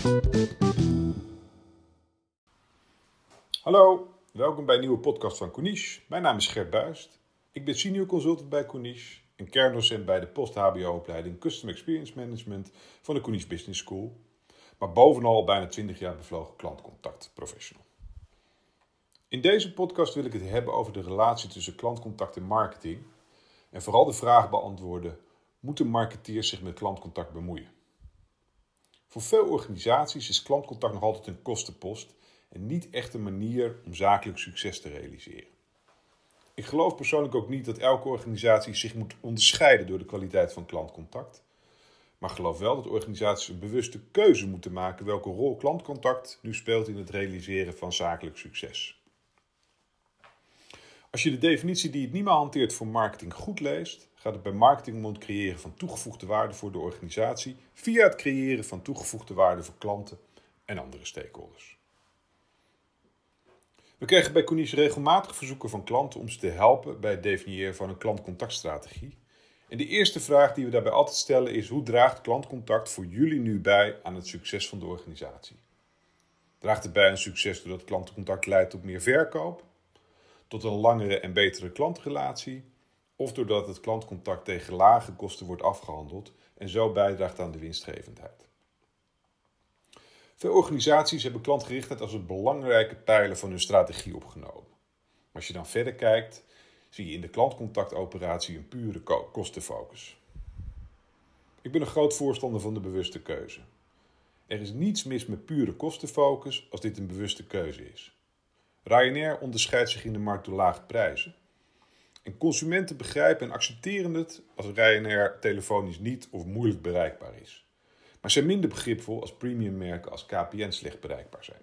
Hallo, welkom bij een nieuwe podcast van Corniche. Mijn naam is Gert Buist. Ik ben senior consultant bij Corniche en kerndocent bij de post-HBO-opleiding Custom Experience Management van de Corniche Business School. Maar bovenal bijna 20 jaar bevlogen klantcontact professional. In deze podcast wil ik het hebben over de relatie tussen klantcontact en marketing. En vooral de vraag beantwoorden, moeten marketeers zich met klantcontact bemoeien? Voor veel organisaties is klantcontact nog altijd een kostenpost en niet echt een manier om zakelijk succes te realiseren. Ik geloof persoonlijk ook niet dat elke organisatie zich moet onderscheiden door de kwaliteit van klantcontact. Maar geloof wel dat organisaties een bewuste keuze moeten maken welke rol klantcontact nu speelt in het realiseren van zakelijk succes. Als je de definitie die het NIMA hanteert voor marketing goed leest, gaat het bij marketing om het creëren van toegevoegde waarde voor de organisatie via het creëren van toegevoegde waarde voor klanten en andere stakeholders. We krijgen bij Corniche regelmatig verzoeken van klanten om ze te helpen bij het definiëren van een klantcontactstrategie. En de eerste vraag die we daarbij altijd stellen is: hoe draagt klantcontact voor jullie nu bij aan het succes van de organisatie? Draagt het bij aan succes doordat klantcontact leidt tot meer verkoop, tot een langere en betere klantrelatie, of doordat het klantcontact tegen lage kosten wordt afgehandeld en zo bijdraagt aan de winstgevendheid? Veel organisaties hebben klantgerichtheid als een belangrijke pijler van hun strategie opgenomen. Maar als je dan verder kijkt, zie je in de klantcontactoperatie een pure kostenfocus. Ik ben een groot voorstander van de bewuste keuze. Er is niets mis met pure kostenfocus als dit een bewuste keuze is. Ryanair onderscheidt zich in de markt door lage prijzen. En consumenten begrijpen en accepteren het als Ryanair telefonisch niet of moeilijk bereikbaar is. Maar zijn minder begripvol als premiummerken als KPN slecht bereikbaar zijn.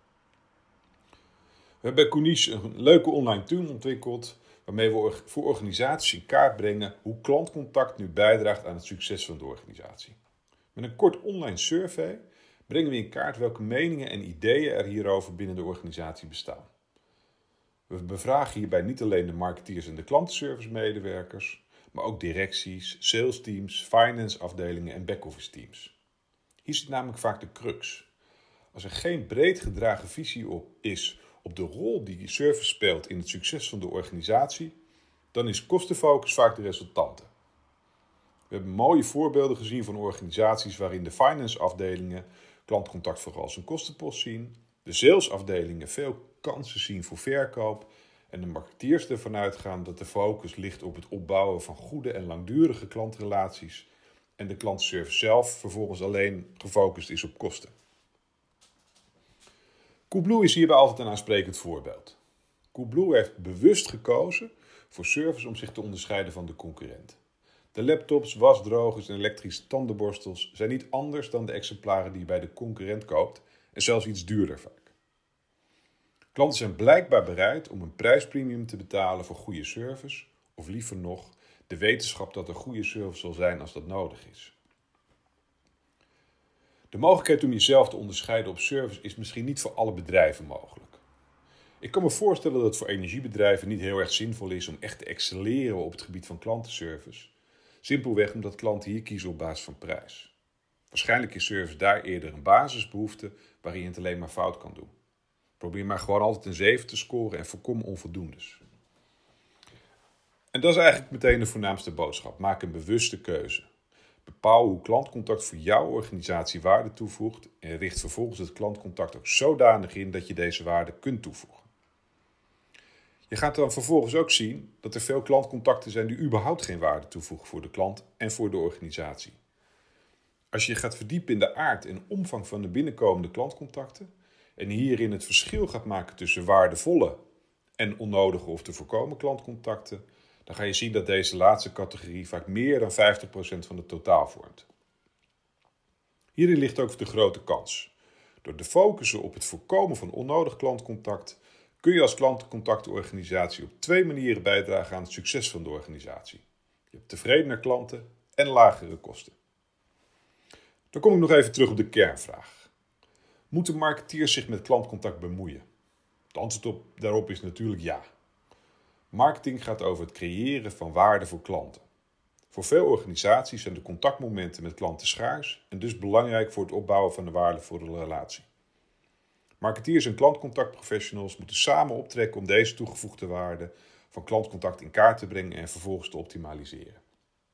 We hebben bij Corniche een leuke online tool ontwikkeld waarmee we voor organisaties in kaart brengen hoe klantcontact nu bijdraagt aan het succes van de organisatie. Met een kort online survey brengen we in kaart welke meningen en ideeën er hierover binnen de organisatie bestaan. We bevragen hierbij niet alleen de marketeers en de klantenservice medewerkers, maar ook directies, sales teams, finance afdelingen en back-office teams. Hier zit namelijk vaak de crux. Als er geen breed gedragen visie op de rol die service speelt in het succes van de organisatie, dan is kostenfocus vaak de resultante. We hebben mooie voorbeelden gezien van organisaties waarin de finance afdelingen klantcontact vooral als een kostenpost zien, de salesafdelingen veel kansen zien voor verkoop en de marketeers ervan uitgaan dat de focus ligt op het opbouwen van goede en langdurige klantrelaties en de klantenservice zelf vervolgens alleen gefocust is op kosten. Coolblue is hierbij altijd een aansprekend voorbeeld. Coolblue heeft bewust gekozen voor service om zich te onderscheiden van de concurrent. De laptops, wasdrogers en elektrische tandenborstels zijn niet anders dan de exemplaren die je bij de concurrent koopt en zelfs iets duurder vaak. Klanten zijn blijkbaar bereid om een prijspremium te betalen voor goede service, of liever nog, de wetenschap dat er goede service zal zijn als dat nodig is. De mogelijkheid om jezelf te onderscheiden op service is misschien niet voor alle bedrijven mogelijk. Ik kan me voorstellen dat het voor energiebedrijven niet heel erg zinvol is om echt te excelleren op het gebied van klantenservice. Simpelweg omdat klanten hier kiezen op basis van prijs. Waarschijnlijk is service daar eerder een basisbehoefte waarin je het alleen maar fout kan doen. Probeer maar gewoon altijd een 7 te scoren en voorkom onvoldoendes. En dat is eigenlijk meteen de voornaamste boodschap. Maak een bewuste keuze. Bepaal hoe klantcontact voor jouw organisatie waarde toevoegt en richt vervolgens het klantcontact ook zodanig in dat je deze waarde kunt toevoegen. Je gaat dan vervolgens ook zien dat er veel klantcontacten zijn die überhaupt geen waarde toevoegen voor de klant en voor de organisatie. Als je gaat verdiepen in de aard en omvang van de binnenkomende klantcontacten en hierin het verschil gaat maken tussen waardevolle en onnodige of te voorkomen klantcontacten, dan ga je zien dat deze laatste categorie vaak meer dan 50% van het totaal vormt. Hierin ligt ook de grote kans. Door te focussen op het voorkomen van onnodig klantcontact kun je als klantcontactorganisatie op 2 manieren bijdragen aan het succes van de organisatie. Je hebt tevredener klanten en lagere kosten. Dan kom ik nog even terug op de kernvraag. Moeten marketeers zich met klantcontact bemoeien? Het antwoord daarop is natuurlijk ja. Marketing gaat over het creëren van waarde voor klanten. Voor veel organisaties zijn de contactmomenten met klanten schaars en dus belangrijk voor het opbouwen van een waardevolle relatie. Marketeers en klantcontactprofessionals moeten samen optrekken om deze toegevoegde waarde van klantcontact in kaart te brengen en vervolgens te optimaliseren.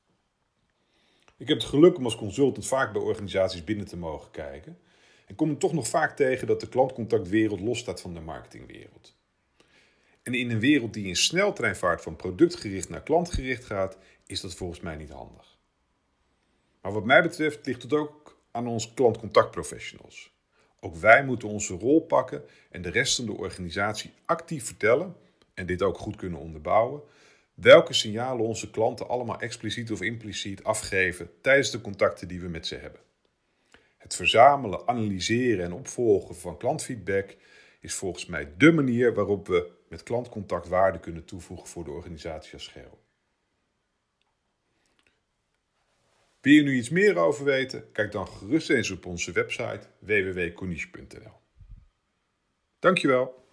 Ik heb het geluk om als consultant vaak bij organisaties binnen te mogen kijken en kom er toch nog vaak tegen dat de klantcontactwereld losstaat van de marketingwereld. En in een wereld die in sneltreinvaart van productgericht naar klantgericht gaat, is dat volgens mij niet handig. Maar wat mij betreft ligt het ook aan ons klantcontactprofessionals. Ook wij moeten onze rol pakken en de rest van de organisatie actief vertellen, en dit ook goed kunnen onderbouwen, welke signalen onze klanten allemaal expliciet of impliciet afgeven tijdens de contacten die we met ze hebben. Het verzamelen, analyseren en opvolgen van klantfeedback is volgens mij dé manier waarop we met klantcontact waarde kunnen toevoegen voor de organisatie als geheel. Wil je nu iets meer over weten? Kijk dan gerust eens op onze website www.corniche.nl. Dankjewel.